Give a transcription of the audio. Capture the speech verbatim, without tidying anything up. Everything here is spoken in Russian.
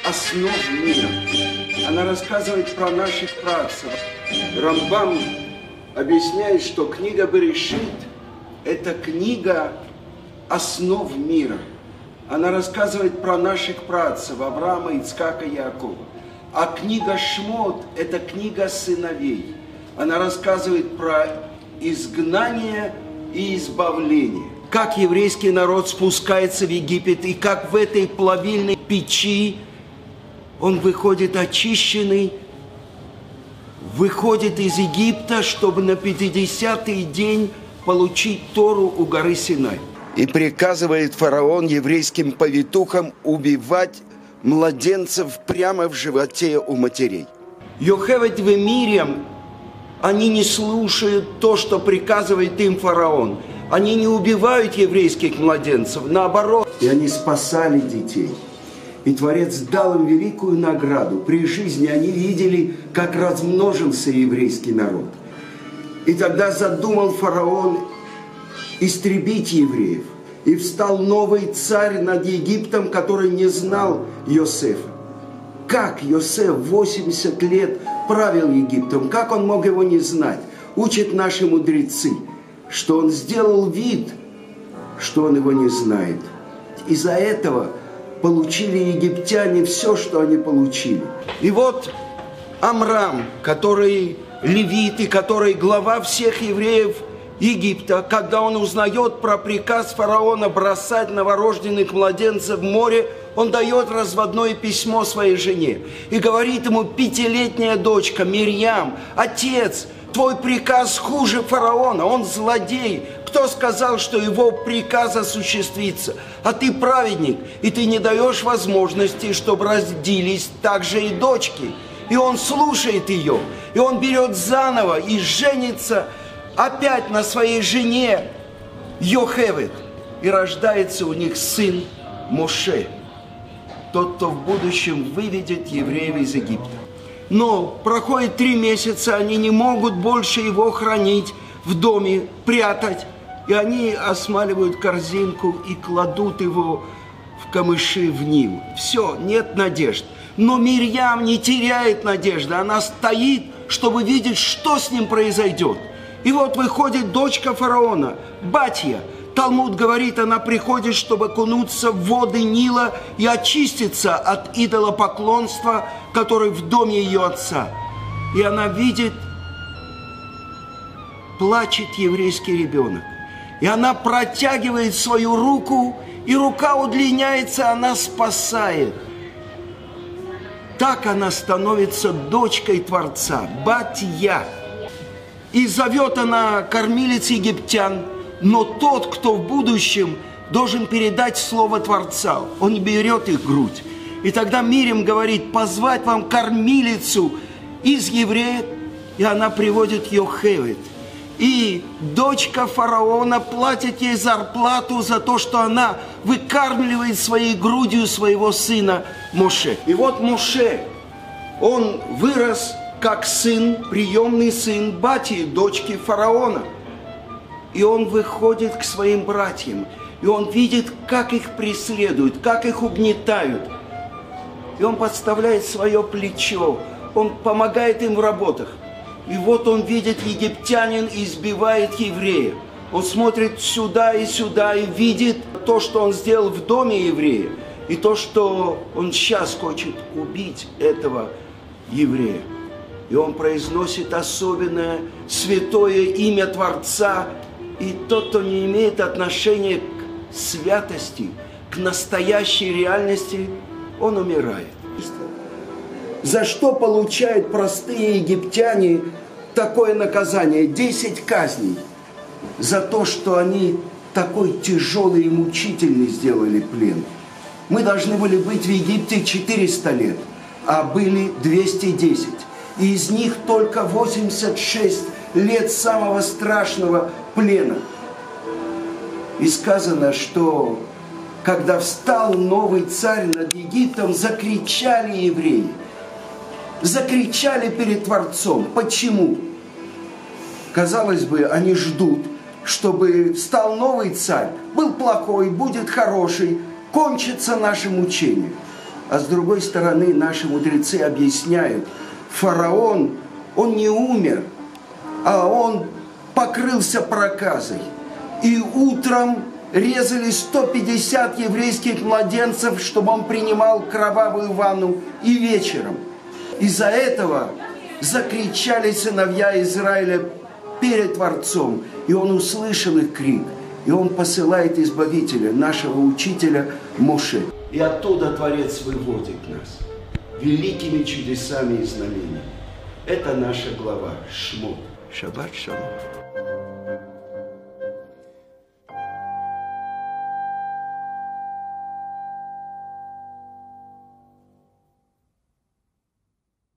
основ мира. Она рассказывает про наших працев. Рамбам объясняет, что книга Берешит – это книга основ мира. Она рассказывает про наших працев Авраама, Ицхака и Якова. А книга Шмот – это книга сыновей. Она рассказывает про изгнание и избавление. Как еврейский народ спускается в Египет, и как в этой плавильной печи он выходит очищенный, выходит из Египта, чтобы на пятидесятый день получить Тору у горы Синай. И приказывает фараон еврейским повитухам убивать младенцев прямо в животе у матерей. Йохевед и Мирьям, они не слушают то, что приказывает им фараон. Они не убивают еврейских младенцев, наоборот. И они спасали детей. И Творец дал им великую награду. При жизни они видели, как размножился еврейский народ. И тогда задумал фараон истребить евреев. И встал новый царь над Египтом, который не знал Йосефа. Как Йосеф восемьдесят лет правил Египтом? Как он мог его не знать? Учат наши мудрецы, что он сделал вид, что он его не знает. Из-за этого получили египтяне все, что они получили. И вот Амрам, который левит и который глава всех евреев Египта, когда он узнает про приказ фараона бросать новорожденных младенцев в море, он дает разводное письмо своей жене и говорит ему: пятилетняя дочка Мирьям, отец, твой приказ хуже фараона, он злодей. Кто сказал, что его приказ осуществится? А ты праведник, и ты не даешь возможности, чтобы родились также и дочки. И он слушает ее, и он берет заново и женится опять на своей жене Йохевед. И рождается у них сын Моше, тот, кто в будущем выведет евреев из Египта. Но проходит три месяца, они не могут больше его хранить в доме, прятать. И они осмаливают корзинку и кладут его в камыши в Нил. Все, нет надежд. Но Мирьям не теряет надежды. Она стоит, чтобы видеть, что с ним произойдет. И вот выходит дочка фараона, Батья. Талмуд говорит, она приходит, чтобы окунуться в воды Нила и очиститься от идолопоклонства, который в доме ее отца. И она видит, плачет еврейский ребенок. И она протягивает свою руку, и рука удлиняется, она спасает. Так она становится дочкой Творца, Батья. И зовет она кормилиц египтян, но тот, кто в будущем должен передать слово Творца, он берет их грудь. И тогда Мирьям говорит: позвать вам кормилицу из евреев, и она приводит Йохевед. И дочка фараона платит ей зарплату за то, что она выкармливает своей грудью своего сына Моше. И вот Моше, он вырос как сын, приемный сын Батьи, дочки фараона. И он выходит к своим братьям, и он видит, как их преследуют, как их угнетают. И он подставляет свое плечо, он помогает им в работах. И вот он видит, египтянин избивает еврея. Он смотрит сюда и сюда и видит то, что он сделал в доме еврея, и то, что он сейчас хочет убить этого еврея. И он произносит особенное святое имя Творца. И тот, кто не имеет отношения к святости, к настоящей реальности, он умирает. За что получают простые египтяне такое наказание? Десять казней. За то, что они такой тяжелый и мучительный сделали плен. Мы должны были быть в Египте четыреста лет, а были двести десять. И из них только восемьдесят шесть лет самого страшного плена. И сказано, что когда встал новый царь над Египтом, закричали евреи. Закричали перед Творцом. Почему? Казалось бы, они ждут, чтобы встал новый царь. Был плохой, будет хороший, кончится наше мучение. А с другой стороны, наши мудрецы объясняют, фараон, он не умер, а он покрылся проказой. И утром резали сто пятьдесят еврейских младенцев, чтобы он принимал кровавую ванну, и вечером. Из-за этого закричали сыновья Израиля перед Творцом, и он услышал их крик, и он посылает Избавителя, нашего учителя Моше. И оттуда Творец выводит нас великими чудесами и знамениями. Это наша глава Шмот. Шаббат шалом.